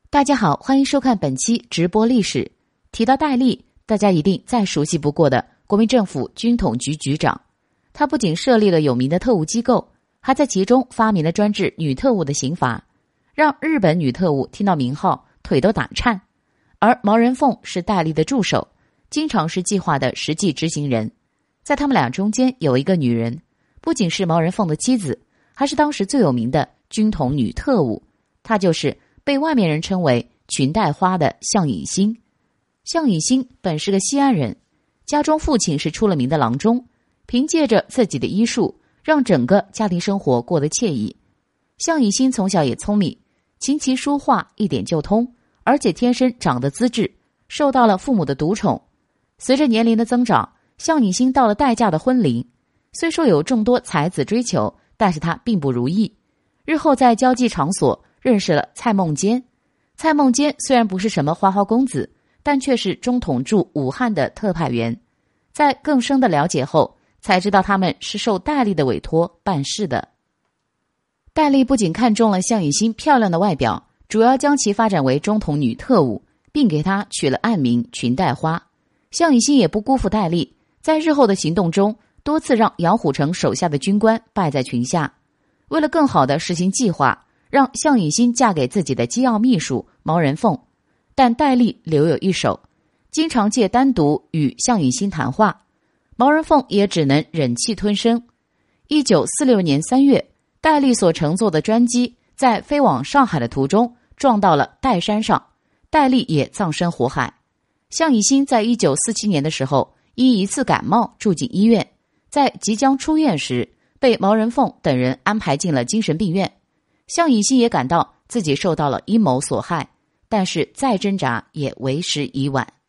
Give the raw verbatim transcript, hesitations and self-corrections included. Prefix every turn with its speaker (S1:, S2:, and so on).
S1: 大家好，欢迎收看本期直播历史。提到戴笠，大家一定再熟悉不过的国民政府军统局局长。他不仅设立了有名的特务机构，还在其中发明了专治女特务的刑罚，让日本女特务听到名号腿都打颤。而毛人凤是戴笠的助手，经常是计划的实际执行人。在他们俩中间有一个女人，不仅是毛人凤的妻子，还是当时最有名的军统女特务，她就是被外面人称为裙带花的项引星。项引星本是个西安人，家中父亲是出了名的郎中，凭借着自己的医术，让整个家庭生活过得惬意。项引星从小也聪明，琴棋书画一点就通，而且天生长得资质，受到了父母的独宠。随着年龄的增长，项引星到了待嫁的婚龄，虽说有众多才子追求，但是他并不如意。日后在交际场所认识了蔡梦坚。蔡梦坚虽然不是什么花花公子，但却是中统驻武汉的特派员。在更深的了解后，才知道他们是受戴笠的委托办事的。戴笠不仅看中了项引星漂亮的外表，主要将其发展为中统女特务，并给她取了暗名裙带花。项引星也不辜负戴笠，在日后的行动中多次让杨虎城手下的军官败在裙下。为了更好地实行计划，让项引星嫁给自己的机要秘书毛人凤，但戴笠留有一手，经常借单独与项引星谈话，毛人凤也只能忍气吞声。一九四六年三月，戴笠所乘坐的专机在飞往上海的途中撞到了岱山上，戴笠也葬身火海。项引星在一九四七年的时候因一次感冒住进医院，在即将出院时被毛人凤等人安排进了精神病院。项引星也感到自己受到了阴谋所害，但是再挣扎也为时已晚。